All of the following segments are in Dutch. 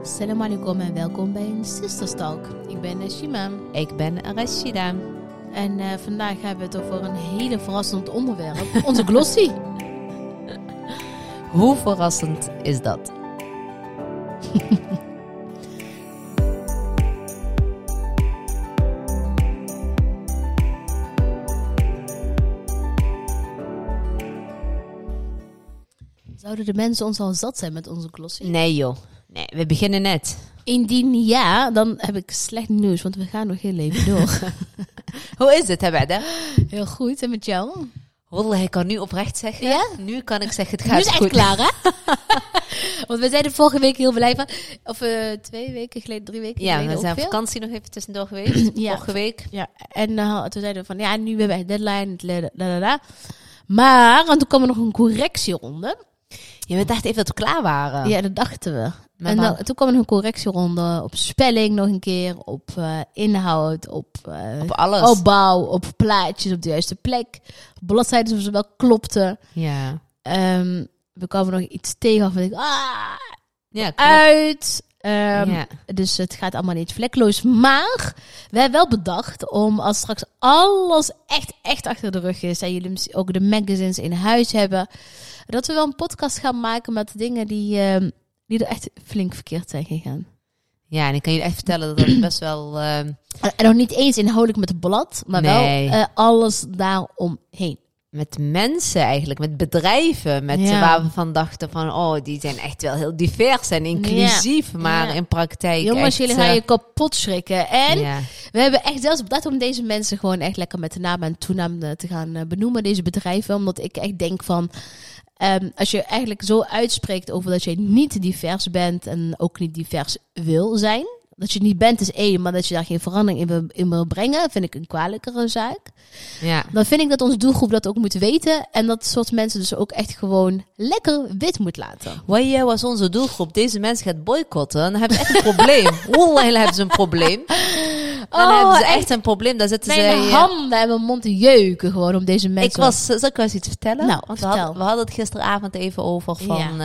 Assalamu alaikum en welkom bij een Sisters Talk. Ik ben Shima. Ik ben Rashida. En vandaag hebben we het over een hele verrassend onderwerp. Onze glossy. Hoe verrassend is dat? Zouden de mensen ons al zat zijn met onze glossy? Nee joh. Nee, we beginnen net. Indien ja, dan heb ik slecht nieuws, want we gaan nog heel even door. Hoe is het, Abada? Heel goed, en met jou? Wallah, ik kan nu oprecht zeggen. Ja? Nu kan ik zeggen, het Nu gaat is het goed. echt klaar, hè? Want we zeiden vorige week heel blij van... Of 2 weken geleden, 3 weken Ja, geleden we zijn op ongeveer. vakantie nog even tussendoor geweest. Ja. Vorige week. Ja, en toen zeiden we van, ja, nu hebben we echt deadline. Maar, en toen kwam er nog een correctieronde. Ja, we dachten even dat we klaar waren. Ja, dat dachten we. Maar En wat? toen kwam er nog een correctieronde op spelling nog een keer, op inhoud, op Op alles. opbouw, op plaatjes op de juiste plek. Op bladzijden of ze wel klopten. Ja. We kwamen nog iets tegen waarvan ik Ja, klopt. uit. Ja. Dus het gaat allemaal niet vlekloos. Maar we hebben wel bedacht om als straks alles echt achter de rug is en jullie ook de magazines in huis hebben, dat we wel een podcast gaan maken met dingen die er echt flink verkeerd zijn gegaan. Ja, en ik kan je echt vertellen dat het best wel... En nog niet eens inhoudelijk met het blad, maar Nee. wel alles daaromheen. Met mensen eigenlijk, met bedrijven, met Ja. waar we van dachten van, oh, die zijn echt wel heel divers en inclusief, maar Ja. in praktijk Jongens, echt, jullie gaan je kapot schrikken. En ja. we hebben echt zelfs bedacht om deze mensen gewoon echt lekker met de naam en toenaam te gaan benoemen, deze bedrijven. Omdat ik echt denk van, als je eigenlijk zo uitspreekt over dat je niet divers bent en ook niet divers wil zijn. Dat je het niet bent is één, maar dat je daar geen verandering in wil brengen, vind ik een kwalijkere zaak. Ja. Dan vind ik dat onze doelgroep dat ook moet weten. En dat soort mensen dus ook echt gewoon lekker wit moet laten. Wanneer was onze doelgroep deze mensen gaat boycotten, dan hebben ze echt een probleem. Wallah, hebben ze een probleem. Dan hebben ze echt een probleem. Dan zitten Mijn ze... handen en mijn mond te jeuken gewoon om deze mensen... Zal ik wel eens iets vertellen? Nou, Want vertel. we hadden het gisteravond even over van...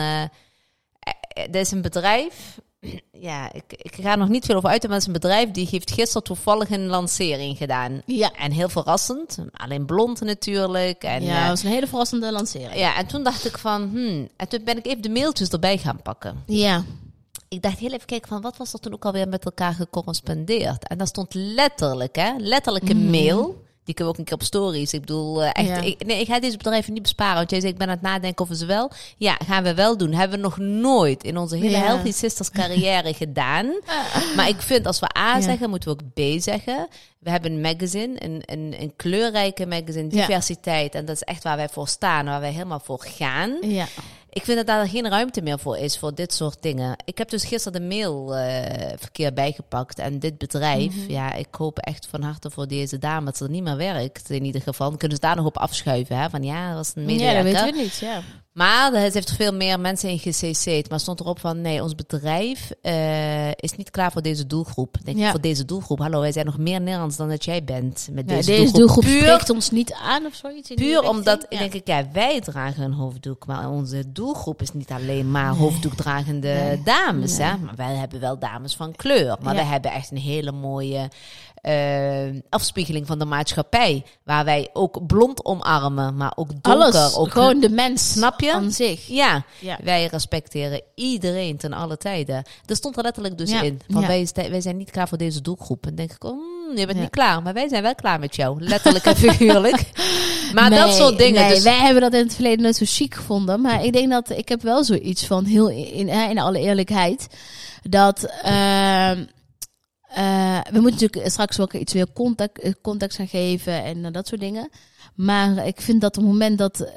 er is een bedrijf... Ja, ik ga er nog niet veel over uit, maar het is een bedrijf die heeft gisteren toevallig een lancering gedaan. Ja. En heel verrassend. Alleen blond natuurlijk. En, Ja, dat was een hele verrassende lancering. ja, en toen dacht ik van... En toen ben ik even de mailtjes erbij gaan pakken. Ja. Ik dacht heel even kijken van wat was er toen ook alweer met elkaar gecorrespondeerd. En daar stond letterlijk een mail. Die kunnen we ook een keer op stories. Ik bedoel, echt. Ja. Ik ga deze bedrijven niet besparen. Want jij zegt, ik ben aan het nadenken of we ze wel. Ja, gaan we wel doen. Hebben we nog nooit in onze hele Ja. Healthy Sisters carrière gedaan. Maar ik vind, als we A zeggen, moeten we ook B zeggen. We hebben een magazine, een kleurrijke magazine, Ja. diversiteit. En dat is echt waar wij voor staan, waar wij helemaal voor gaan. Ja. Ik vind dat daar geen ruimte meer voor is, voor dit soort dingen. Ik heb dus gisteren de mail verkeerd bijgepakt. En dit bedrijf, ja, ik hoop echt van harte voor deze dame dat ze er niet meer werkt. In ieder geval. Dan kunnen ze daar nog op afschuiven. Hè? Van ja, dat was een Ja, medewerker. dat weten we niet, ja. Maar er heeft er veel meer mensen in gecc'd. Maar stond erop van, nee, ons bedrijf is niet klaar voor deze doelgroep. Ik denk, Ja. voor deze doelgroep, hallo, wij zijn nog meer Nederlands dan dat jij bent. Met Ja, deze, deze doelgroep Puur spreekt ons niet aan of zoiets. in die Puur richting. omdat, Ja. denk ik, ja, wij dragen een hoofddoek, maar onze doelgroep is niet alleen maar hoofddoekdragende dames. Nee. Hè? Maar wij hebben wel dames van kleur. Maar Ja. wij hebben echt een hele mooie afspiegeling van de maatschappij. Waar wij ook blond omarmen, maar ook donker. Alles, Ook gewoon de mens Snap je? aan zich. Ja, Ja. wij respecteren iedereen ten alle tijden. Er stond er letterlijk dus Ja. in. Van Ja. wij zijn niet klaar voor deze doelgroep. En denk ik, je bent Ja. niet klaar. Maar wij zijn wel klaar met jou. Letterlijk en figuurlijk. Maar dat Nee, soort dingen. Nee, Dus, wij hebben dat in het verleden nooit zo chic gevonden. Maar ik denk dat ik heb wel zoiets van, heel in alle eerlijkheid, dat we moeten natuurlijk straks ook iets meer context gaan geven en dat soort dingen. Maar ik vind dat op het moment dat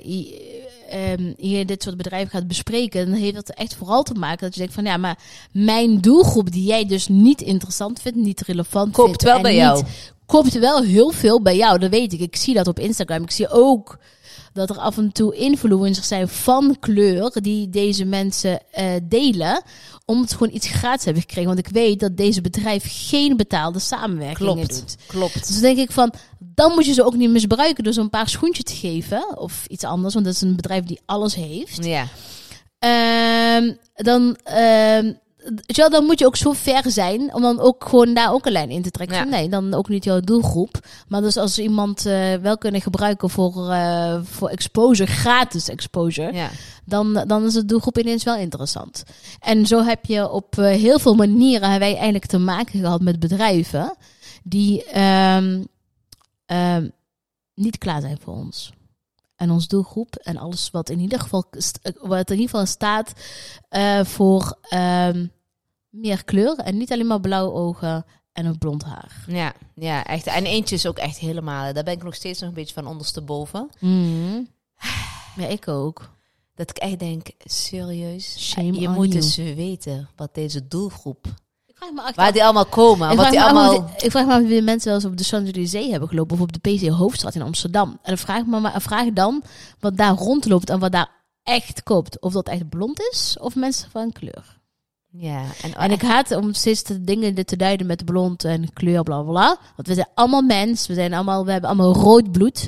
je dit soort bedrijven gaat bespreken, dan heeft dat echt vooral te maken dat je denkt van ja, maar mijn doelgroep die jij dus niet interessant vindt, niet relevant Koopt vindt. wel en bij niet- jou. Koopt wel heel veel bij jou, dat weet ik. Ik zie dat op Instagram. Ik zie ook dat er af en toe influencers zijn van kleur die deze mensen delen, omdat ze gewoon iets gratis hebben gekregen. Want ik weet dat deze bedrijf geen betaalde samenwerkingen doet. Klopt. Dus dan denk ik van, dan moet je ze ook niet misbruiken door zo'n paar schoentjes te geven. Of iets anders, want dat is een bedrijf die alles heeft. Ja. dan moet je ook zo ver zijn om dan ook gewoon daar ook een lijn in te trekken. Ja. Nee, dan ook niet jouw doelgroep. Maar dus als iemand wel kunnen gebruiken voor exposure, gratis exposure, Ja. dan is de doelgroep ineens wel interessant. En zo heb je op heel veel manieren hebben wij eigenlijk te maken gehad met bedrijven die niet klaar zijn voor ons. En ons doelgroep en alles wat in ieder geval staat voor meer kleur en niet alleen maar blauwe ogen en een blond haar. Ja, echt. En eentje is ook echt helemaal... Daar ben ik nog steeds nog een beetje van ondersteboven. Ja, ik ook. Dat ik echt denk, serieus? Shame je on moet you. dus weten wat deze doelgroep... Ik vraag me Waar die allemaal komen. Wat die allemaal... Ik vraag me af of die mensen wel eens op de Champs-Élysées hebben gelopen of op de PC Hoofdstraat in Amsterdam. En dan vraag dan wat daar rondloopt en wat daar echt koopt. Of dat echt blond is of mensen van kleur. Ja. En ik haat om steeds de dingen te duiden met blond en kleur, bla bla bla. Want we zijn allemaal mens. We hebben allemaal rood bloed.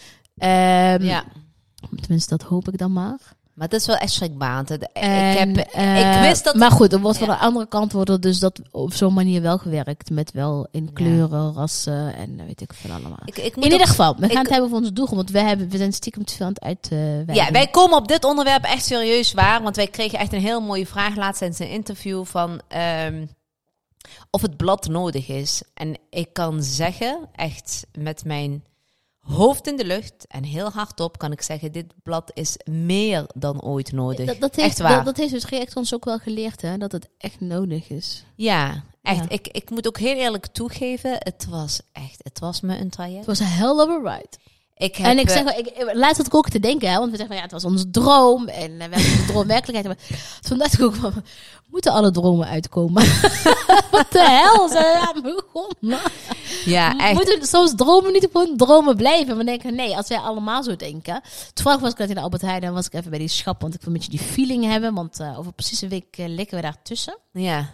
Ja. Tenminste, dat hoop ik dan maar. Maar het is wel echt schrikbarend. Ik wist dat... Maar goed, er wordt van de andere kant wordt er dus dat op zo'n manier wel gewerkt. Met wel in kleuren, rassen en weet ik veel allemaal. In ieder geval, we gaan het hebben over onze doelgroep. Want we zijn stiekem te veel aan het uitwijden. Ja, wij komen op dit onderwerp echt serieus waar. Want wij kregen echt een heel mooie vraag laatst in een interview van... of het blad nodig is. En ik kan zeggen, echt met mijn hoofd in de lucht en heel hardop kan ik zeggen, dit blad is meer dan ooit nodig. Echt waar. Dat heeft het React ons ook wel geleerd, hè? Dat het echt nodig is. Ja, echt. Ja. Ik moet ook heel eerlijk toegeven, het was me een traject. Het was een hell of a ride. Laatst had ik ook te denken, hè, want we zeggen van ja, het was onze droom en we hebben de droom werkelijkheid. Maar toen dacht ik ook van, moeten alle dromen uitkomen? Wat de hel, zijn we aan begonnen? Ja, echt. Moeten soms dromen niet gewoon dromen blijven? We denken, nee, als wij allemaal zo denken. Toevallig was ik net in de Albert Heijn en was ik even bij die schap, want ik wil een beetje die feeling hebben, want over precies een week liggen we daar tussen. Ja.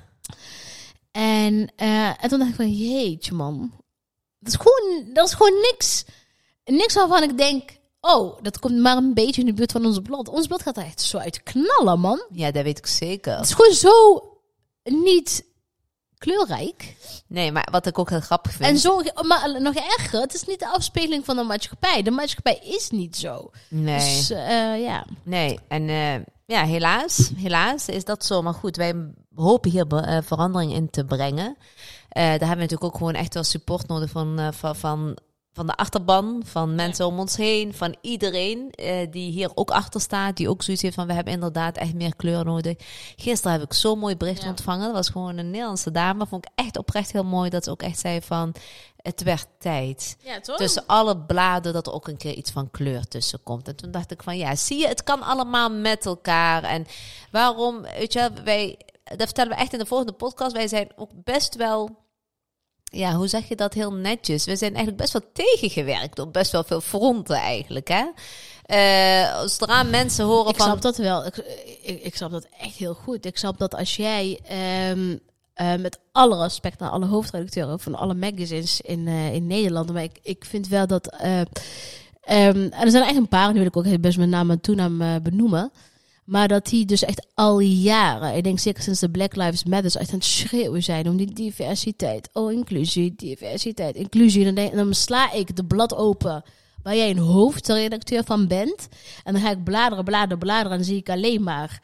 En toen dacht ik van, jeetje man, dat is gewoon niks. Niks waarvan ik denk, oh, dat komt maar een beetje in de buurt van ons blad. Ons blad gaat er echt zo uit knallen, man. Ja, dat weet ik zeker. Het is gewoon zo niet kleurrijk. Nee, maar wat ik ook heel grappig vind. En zo, maar nog erger, het is niet de afspeling van de maatschappij. De maatschappij is niet zo. Nee. Dus, ja. Nee, en ja, helaas is dat zo. Maar goed, wij hopen hier verandering in te brengen. Daar hebben we natuurlijk ook gewoon echt wel support nodig van de achterban, van mensen om ons heen, van iedereen die hier ook achter staat, die ook zoiets heeft van, we hebben inderdaad echt meer kleur nodig. Gisteren heb ik zo'n mooi bericht ontvangen. Dat was gewoon een Nederlandse dame. Vond ik echt oprecht heel mooi dat ze ook echt zei van, het werd tijd. Ja, toch? Tussen alle bladen dat er ook een keer iets van kleur tussen komt. En toen dacht ik van, ja, zie je, het kan allemaal met elkaar. En waarom, weet je, dat vertellen we echt in de volgende podcast. Wij zijn ook best wel... Ja, hoe zeg je dat heel netjes? We zijn eigenlijk best wel tegengewerkt op best wel veel fronten eigenlijk, hè? Zodra mensen horen ik van... snap dat wel. Ik snap dat echt heel goed. Ik snap dat als jij met alle respect naar alle hoofdredacteuren van alle magazines in Nederland, maar ik vind wel dat... en er zijn echt een paar, nu wil ik ook best met naam en toenaam benoemen. Maar dat die dus echt al jaren, ik denk zeker sinds de Black Lives Matter, echt aan het schreeuwen zijn om die diversiteit. Oh, inclusie, diversiteit, inclusie. En dan sla ik de blad open waar jij een hoofdredacteur van bent. En dan ga ik bladeren en dan zie ik alleen maar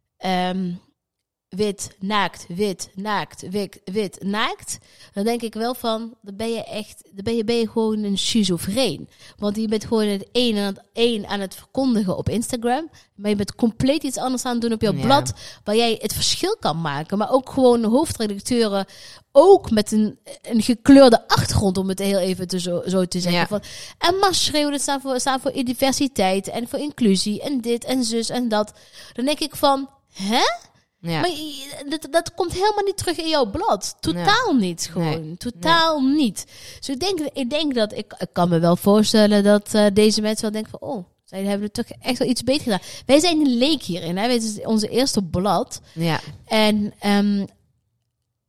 wit, naakt, wit, naakt, wit, naakt. Dan denk ik wel van, dan ben je gewoon een schizofreen. Want je bent gewoon het een aan het verkondigen op Instagram. Maar je bent compleet iets anders aan het doen op jouw blad. Waar jij het verschil kan maken. Maar ook gewoon hoofdredacteuren. Ook met een gekleurde achtergrond, om het heel even zo te zeggen. Ja. Van, en maar schreeuwen, staan voor diversiteit en voor inclusie. En dit en zus en dat. Dan denk ik van, hè? Ja. Maar dat komt helemaal niet terug in jouw blad. Totaal niet gewoon. Nee. Totaal niet. Dus ik denk dat... Ik kan me wel voorstellen dat deze mensen wel denken van... Oh, zij hebben het toch echt wel iets beter gedaan. Wij zijn een leek hierin. Hè? Dit is onze eerste blad. Ja. En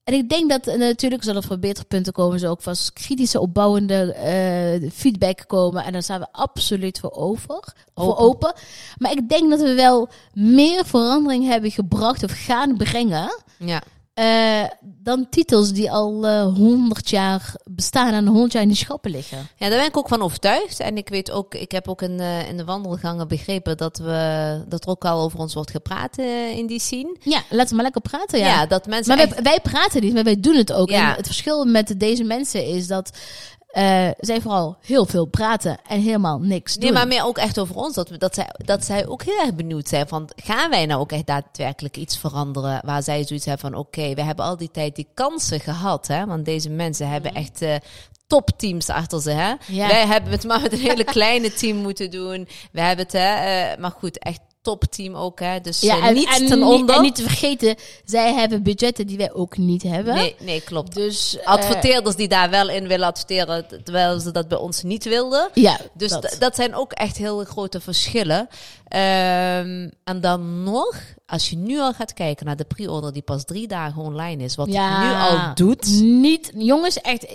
En ik denk dat natuurlijk zal er verbeterpunten komen. Zo ook vast kritische, opbouwende feedback komen. En daar zijn we absoluut voor open. Maar ik denk dat we wel meer verandering hebben gebracht of gaan brengen. Ja. Dan titels die al 100 jaar bestaan en 100 jaar in de schappen liggen. Ja, daar ben ik ook van overtuigd. En ik weet ook, ik heb ook in de wandelgangen begrepen dat er ook al over ons wordt gepraat in die scene. Ja, laten we maar lekker praten. Ja, dat mensen. Maar wij praten niet, maar wij doen het ook. Ja. En het verschil met deze mensen is dat zij vooral heel veel praten en helemaal niks doen. Nee, maar meer ook echt over ons. Dat zij ook heel erg benieuwd zijn van, gaan wij nou ook echt daadwerkelijk iets veranderen? Waar zij zoiets hebben van, oké, we hebben al die tijd die kansen gehad. Hè? Want deze mensen hebben echt topteams achter ze. Hè? Ja. Wij hebben het maar met een hele kleine team moeten doen. We hebben het, maar goed, echt topteam ook. Hè? Dus niet ten onder. En niet te vergeten, zij hebben budgetten die wij ook niet hebben. Nee, klopt. Dus adverteerders die daar wel in willen adverteren, terwijl ze dat bij ons niet wilden. Ja, dus dat zijn ook echt heel grote verschillen. En dan nog, als je nu al gaat kijken naar de pre-order die pas 3 dagen online is, wat het nu al doet. Niet, jongens, echt.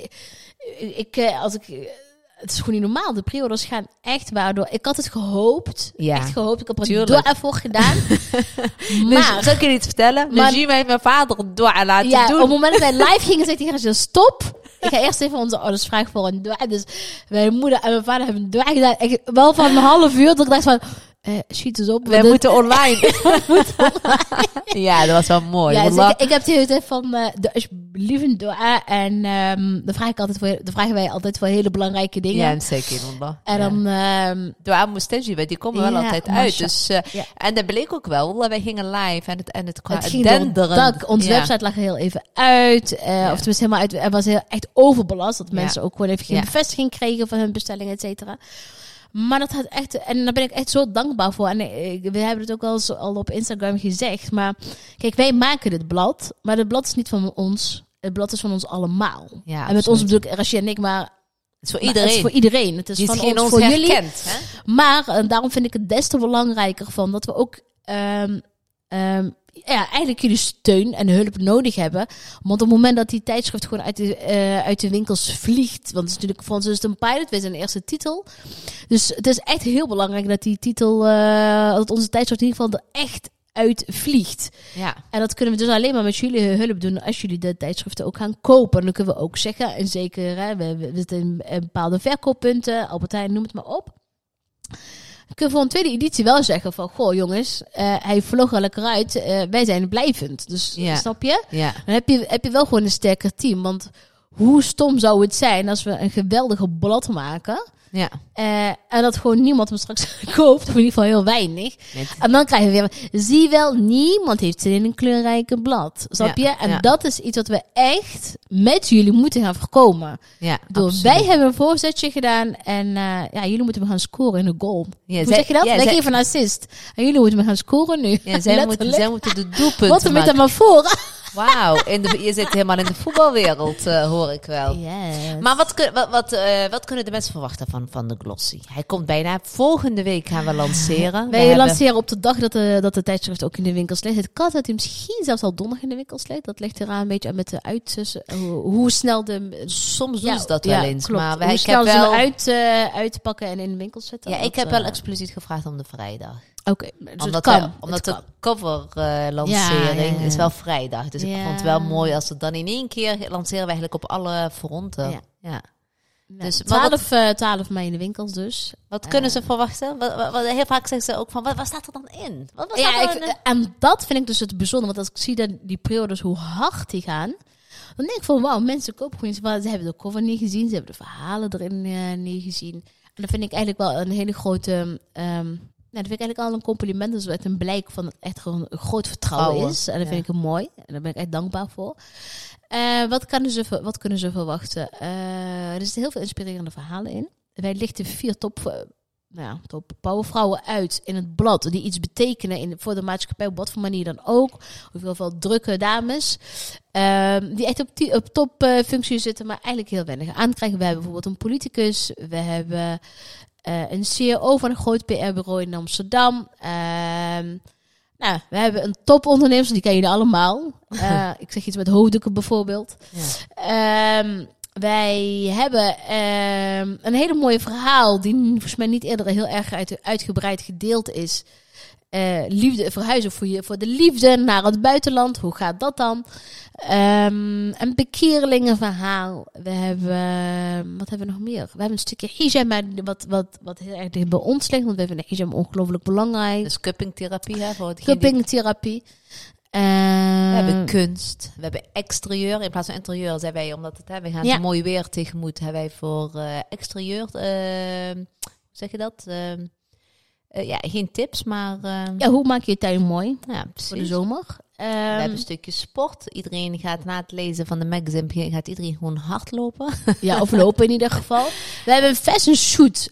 Het is gewoon niet normaal. De pre-orders gaan echt waardoor. Ik had het gehoopt. Ja, echt gehoopt. Ik heb er tuurlijk. een dua voor gedaan. Maar dus, zal ik je iets vertellen? Maar, Najim heeft mijn vader een dua laten doen. Op het moment dat wij live gingen, zei hij tegen stop. Ik ga eerst even onze ouders vragen voor een dua. Dus mijn moeder en mijn vader hebben een dua gedaan. Echt, wel van een half uur. Dat ik dacht van, schiet eens op. Wij moeten online. Ja, dat was wel mooi. Ja, dus ik heb de hele tijd van, alsjeblieft een dua. En dan vragen wij altijd voor hele belangrijke dingen. Ja, zeker. En dan... dua mustaji, die komen wel altijd uit. Dus, en dat bleek ook wel. Wij gingen live en het ging denderend. Onze website lag er heel even uit. Of tenminste helemaal uit. Het was echt overbelast. Dat mensen ook gewoon even geen bevestiging kregen van hun bestelling, et cetera. Maar dat had echt, en daar ben ik echt zo dankbaar voor. En we hebben het ook al op Instagram gezegd. Maar kijk, wij maken dit blad. Maar het blad is niet van ons. Het blad is van ons allemaal. Ja, en met ons bedoel ik Rashid en ik, maar het is voor iedereen. Het is voor iedereen. Het is die van ons, ons voor herkent, jullie. Hè? Maar daarom vind ik het des te belangrijker van dat we ook eigenlijk jullie steun en hulp nodig hebben. Want op het moment dat die tijdschrift gewoon uit de winkels vliegt, want het is natuurlijk voor ons is het een pilot, we zijn de eerste titel. Dus het is echt heel belangrijk dat die titel, dat onze tijdschrift in ieder geval er echt uit vliegt. Ja. En dat kunnen we dus alleen maar met jullie hulp doen als jullie de tijdschriften ook gaan kopen. En dan kunnen we ook zeggen, en zeker, hè, we zitten in bepaalde verkooppunten, Albert Heijn, noem het maar op. Kun je voor een tweede editie wel zeggen van, goh jongens, hij vloog er lekker uit, wij zijn blijvend. Dus snap je? Ja. Dan heb je wel gewoon een sterker team. Want hoe stom zou het zijn als we een geweldige blad maken, en dat gewoon niemand hem straks koopt, of in ieder geval heel weinig. En dan krijgen we weer, zie wel, niemand heeft zin in een kleurrijke blad. Snap je? En dat is iets wat we echt met jullie moeten gaan voorkomen. Ja, wij hebben een voorzetje gedaan en jullie moeten gaan scoren in de goal. Hoe zeg je dat? Wij geven een assist. En jullie moeten gaan scoren nu. Ja, zij moeten de doelpunten wat maken. Wat maar voor. Wauw, je zit helemaal in de voetbalwereld, hoor ik wel. Yes. Maar wat kunnen de mensen verwachten van de Glossy? Hij komt bijna. Volgende week gaan we lanceren. Wij lanceren op de dag dat de tijdschrift ook in de winkels ligt. Het kan dat hij misschien zelfs al donderdag in de winkels ligt. Dat ligt eraan een beetje met de hoe snel de... Soms doen ze dat wel eens. Klopt. Maar hoe snel ze hem uitpakken en in de winkels zetten. Ja, ik heb wel expliciet gevraagd om de vrijdag. Oké, dus omdat de cover lancering is wel vrijdag. Dus ik vond het wel mooi als het dan in één keer lanceren we eigenlijk op alle fronten. Ja. Dus 12 mei in de winkels dus. Wat kunnen ze verwachten? Heel vaak zeggen ze ook van, wat staat er dan in? En dat vind ik dus het bijzondere. Want als ik zie dat die periodes, hoe hard die gaan, dan denk ik van, wauw, mensen kopen gewoon. Ze hebben de cover niet gezien, ze hebben de verhalen erin niet gezien. En dat vind ik eigenlijk wel een hele grote... dat vind ik eigenlijk al een compliment. Dus het een blijk van het echt gewoon een groot vertrouwen is. En dat vind ik mooi. En daar ben ik echt dankbaar voor. Wat kunnen ze verwachten? Er zitten heel veel inspirerende verhalen in. Wij lichten 4 top powervrouwen uit in het blad. Die iets betekenen voor de maatschappij. Op wat voor manier dan ook. Of in ieder geval drukke dames. Die echt op topfuncties zitten. Maar eigenlijk heel weinig aankrijgen. We hebben bijvoorbeeld een politicus. We hebben... een CEO van een groot PR-bureau in Amsterdam. Nou, we hebben een topondernemer, die ken jullie allemaal. Ik zeg iets met hoofddoeken bijvoorbeeld. Ja. Wij hebben een hele mooie verhaal die volgens mij niet eerder heel erg uitgebreid gedeeld is. Liefde verhuizen voor de liefde naar het buitenland. Hoe gaat dat dan? Een bekeerlingenverhaal. We hebben, wat hebben we nog meer? We hebben een stukje hijama, wat heel erg dicht bij ons ligt. Want we vinden hijama ongelooflijk belangrijk. Dus cuppingtherapie. Cuppingtherapie. We hebben kunst. We hebben exterieur. In plaats van interieur zijn wij, omdat we gaan zo mooi weer tegemoet, hebben wij voor exterieur, hoe zeg je dat? Geen tips, maar... hoe maak je je tuin mooi? Ja, precies. Voor de zomer. We hebben een stukje sport. Iedereen gaat na het lezen van de magazine, gaat iedereen gewoon hardlopen. Ja, of lopen in ieder geval. We hebben een fashion shoot,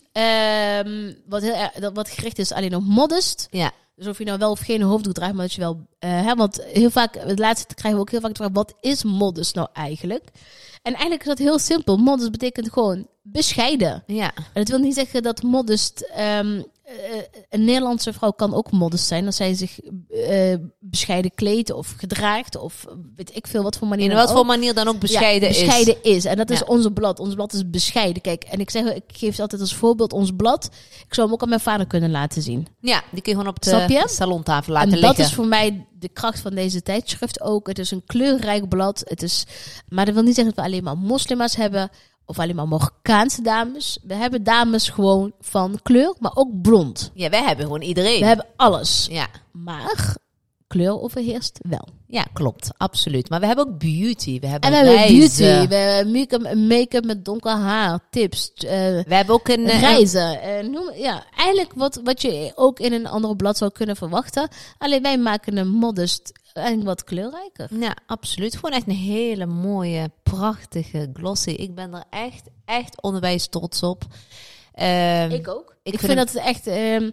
wat gericht is alleen op modest. Ja. Dus of je nou wel of geen hoofddoek draagt, maar dat je wel... want heel vaak, het laatste krijgen we ook heel vaak de vraag, wat is modest nou eigenlijk? En eigenlijk is dat heel simpel. Modest betekent gewoon bescheiden. Ja. En dat wil niet zeggen dat modest... een Nederlandse vrouw kan ook modest zijn als zij zich bescheiden kleedt of gedraagt of weet ik veel wat voor manier. In wat voor manier dan ook bescheiden is. En dat is onze blad. Ons blad is bescheiden. Kijk, en ik geef het altijd als voorbeeld ons blad. Ik zou hem ook aan mijn vader kunnen laten zien. Ja, die kun je gewoon op de salontafel laten liggen. En dat is voor mij de kracht van deze tijdschrift ook. Het is een kleurrijk blad. Maar dat wil niet zeggen dat we alleen maar moslima's hebben. Of alleen maar Marokkaanse dames. We hebben dames gewoon van kleur, maar ook blond. Ja, wij hebben gewoon iedereen. We hebben alles. Ja. Maar kleur overheerst wel. Ja, klopt. Absoluut. Maar we hebben ook beauty. We hebben beauty. We hebben make-up met donker haar. Tips. We hebben ook een... reizen. Eigenlijk wat je ook in een andere blad zou kunnen verwachten. Alleen wij maken een modest en wat kleurrijker. Ja, absoluut. Gewoon echt een hele mooie, prachtige glossy. Ik ben er echt onwijs trots op. Ik ook. Ik vind dat het echt...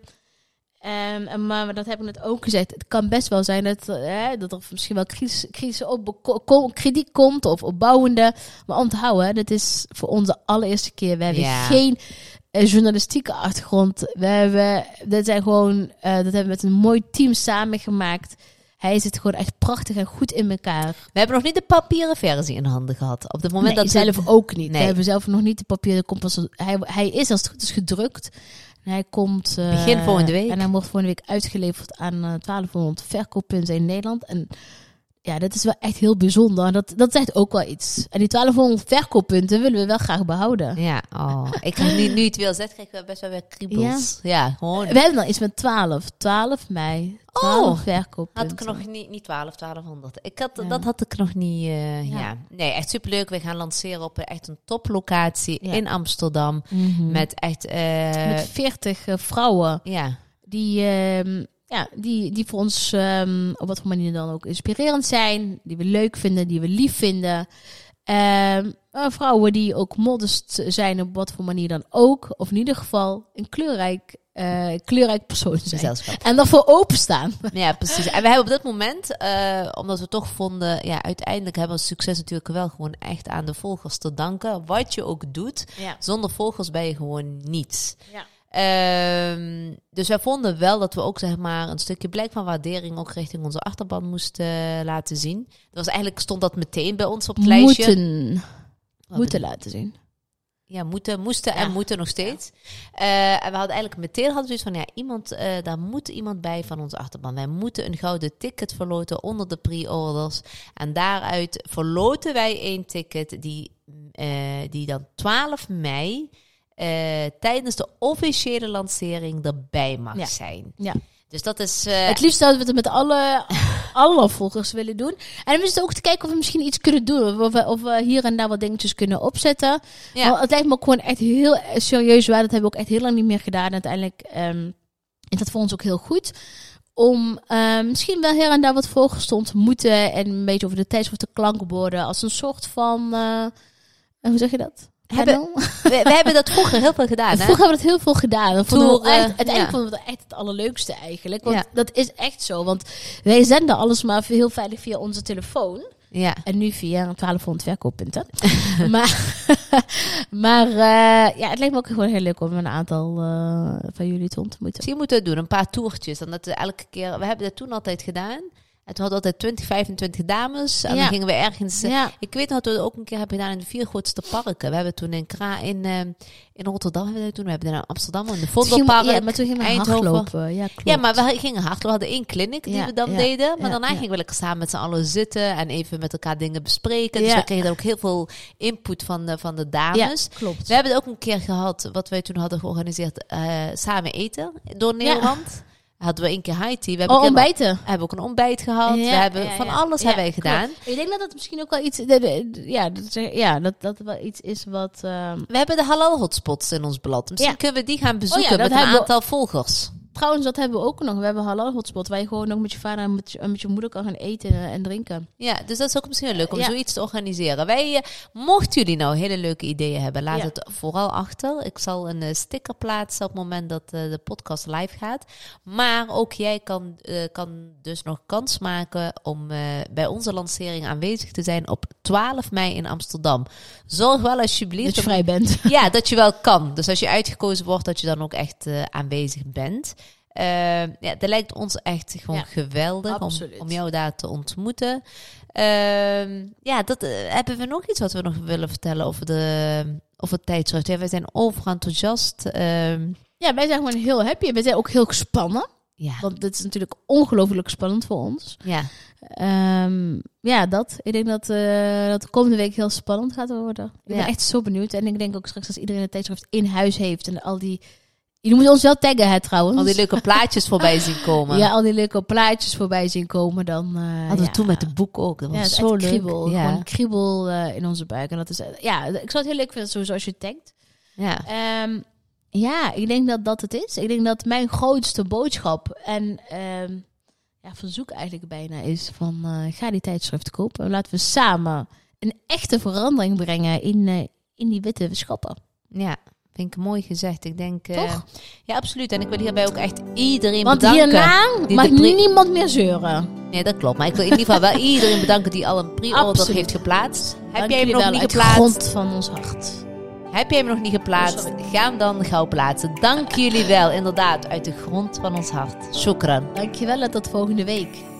maar dat heb ik net ook gezegd. Het kan best wel zijn dat er misschien wel crisis op krediet komt of opbouwende. Maar onthouden, dat is voor ons de allereerste keer. We hebben geen journalistieke achtergrond. Dat hebben we met een mooi team samengemaakt. Hij zit gewoon echt prachtig en goed in elkaar. We hebben nog niet de papieren versie in handen gehad. Op het moment dat zelf ook niet. Nee. We hebben zelf nog niet de papieren. Hij is als het goed is gedrukt. En hij komt begin volgende week. En hij wordt volgende week uitgeleverd aan 1200 verkooppunten in Nederland. En ja, dat is wel echt heel bijzonder. Dat zegt ook wel iets. En die 1200 verkooppunten willen we wel graag behouden. Ja, ik ga nu het wil zet, krijgen we best wel weer kriebels. Ja, gewoon. We hebben dan iets met 12 mei. 12 verkooppunten. Had ik nog niet 1200. Dat had ik nog niet. Nee, echt superleuk. We gaan lanceren op echt een toplocatie in Amsterdam. Mm-hmm. Met echt... met 40 vrouwen. Ja. Die voor ons op wat voor manier dan ook inspirerend zijn. Die we leuk vinden, die we lief vinden. Vrouwen die ook modest zijn op wat voor manier dan ook. Of in ieder geval een kleurrijk persoon zijn. Gezelschap. En daarvoor openstaan. Ja, precies. En we hebben op dit moment, omdat we toch vonden... Ja, uiteindelijk hebben we succes natuurlijk wel gewoon echt aan de volgers te danken. Wat je ook doet. Ja. Zonder volgers ben je gewoon niets. Ja. Dus wij vonden wel dat we ook zeg maar een stukje blijk van waardering ook richting onze achterban moesten laten zien. Stond dat meteen bij ons op het lijstje. Moeten laten zien. Ja, moeten nog steeds. En we hadden eigenlijk zoiets van daar moet iemand bij van onze achterban. Wij moeten een gouden ticket verloten onder de pre-orders. En daaruit verloten wij 1 ticket die dan 12 mei... tijdens de officiële lancering erbij mag zijn. Ja. Dus dat is... Het liefst zouden we het met alle volgers willen doen. En we zitten ook te kijken of we misschien iets kunnen doen. Of we hier en daar wat dingetjes kunnen opzetten. Ja. Maar het lijkt me ook gewoon echt heel serieus waar. Dat hebben we ook echt heel lang niet meer gedaan. En uiteindelijk is dat voor ons ook heel goed. Om misschien wel hier en daar wat volgers te ontmoeten. En een beetje over de tijdschrift te klankborden. Als een soort van... hoe zeg je dat? We hebben dat vroeger heel veel gedaan. Vroeger hebben we dat heel veel gedaan. Uiteindelijk vonden we dat echt het allerleukste eigenlijk. Want dat is echt zo. Want wij zenden alles maar heel veilig via onze telefoon. Ja. En nu via 1200 verkooppunten. maar het lijkt me ook gewoon heel leuk om een aantal van jullie te ontmoeten. Misschien moeten we doen, een paar toertjes. En dat we elke keer, we hebben dat toen altijd gedaan. En toen hadden we altijd 20, 25 dames. En dan gingen we ergens... Ik weet nog dat we het ook een keer hebben gedaan in de 4 grootste parken. We hebben toen in Rotterdam, we hebben in Amsterdam, in de Vondelpark. Ja, maar toen gingen we hardlopen. Ja, klopt. Ja, maar we gingen hardlopen. We hadden 1 clinic die we dan deden. Maar daarna gingen we lekker samen met z'n allen zitten en even met elkaar dingen bespreken. Dus we kregen dan ook heel veel input van de dames. Ja, klopt. We hebben het ook een keer gehad, wat wij toen hadden georganiseerd, samen eten door Nederland. Ja. Hadden we 1 keer high tea. We hebben ontbijten. We hebben ook een ontbijt gehad. We hebben van alles hebben wij gedaan. Klopt. Ik denk dat het misschien ook wel iets... dat wel iets is wat... We hebben de halal hotspots in ons blad. Misschien kunnen we die gaan bezoeken met een aantal volgers. Trouwens, dat hebben we ook nog. We hebben een halal hotspot waar je gewoon nog met je vader en met je moeder kan gaan eten en drinken. Ja, dus dat is ook misschien leuk om zoiets te organiseren. Wij, mochten jullie nou hele leuke ideeën hebben, laat het vooral achter. Ik zal een sticker plaatsen op het moment dat de podcast live gaat. Maar ook jij kan dus nog kans maken om bij onze lancering aanwezig te zijn op 12 mei in Amsterdam. Zorg wel alsjeblieft... Dat je vrij bent. Ja, dat je wel kan. Dus als je uitgekozen wordt, dat je dan ook echt aanwezig bent. Dat lijkt ons echt gewoon geweldig om jou daar te ontmoeten. Hebben we nog iets wat we nog willen vertellen over het tijdschrift? Ja, wij zijn overal enthousiast. Ja, wij zijn gewoon heel happy. We zijn ook heel gespannen. Ja. Want dit is natuurlijk ongelooflijk spannend voor ons. Ja. Ik denk dat de komende week heel spannend gaat worden. Ik ben echt zo benieuwd. En ik denk ook straks als iedereen het tijdschrift in huis heeft en al die... Jullie moeten ons wel taggen, hè, trouwens. Al die leuke plaatjes voorbij zien komen. Ja, al die leuke plaatjes voorbij zien komen. Dan hadden we toen met de boek ook. Dat was zo leuk. Kriebel. Ja. Gewoon kriebel in onze buik. En dat is, ik zou het heel leuk vinden, sowieso als je tagt. Ja. Ik denk dat het is. Ik denk dat mijn grootste boodschap en verzoek eigenlijk bijna is van ga die tijdschrift kopen. Laten we samen een echte verandering brengen in die witte schappen. Ja. Vind ik mooi gezegd. Ik denk... Toch? Ja, absoluut. En ik wil hierbij ook echt iedereen want bedanken. Want hierna mag niemand meer zeuren. Nee, dat klopt. Maar ik wil in ieder geval wel iedereen bedanken die al een pre-order heeft geplaatst. Heb jij hem nog niet geplaatst? Grond van ons hart. Heb jij hem nog niet geplaatst? Ga hem dan gauw plaatsen. Dank jullie wel. Inderdaad, uit de grond van ons hart. Shukran. Dankjewel en tot volgende week.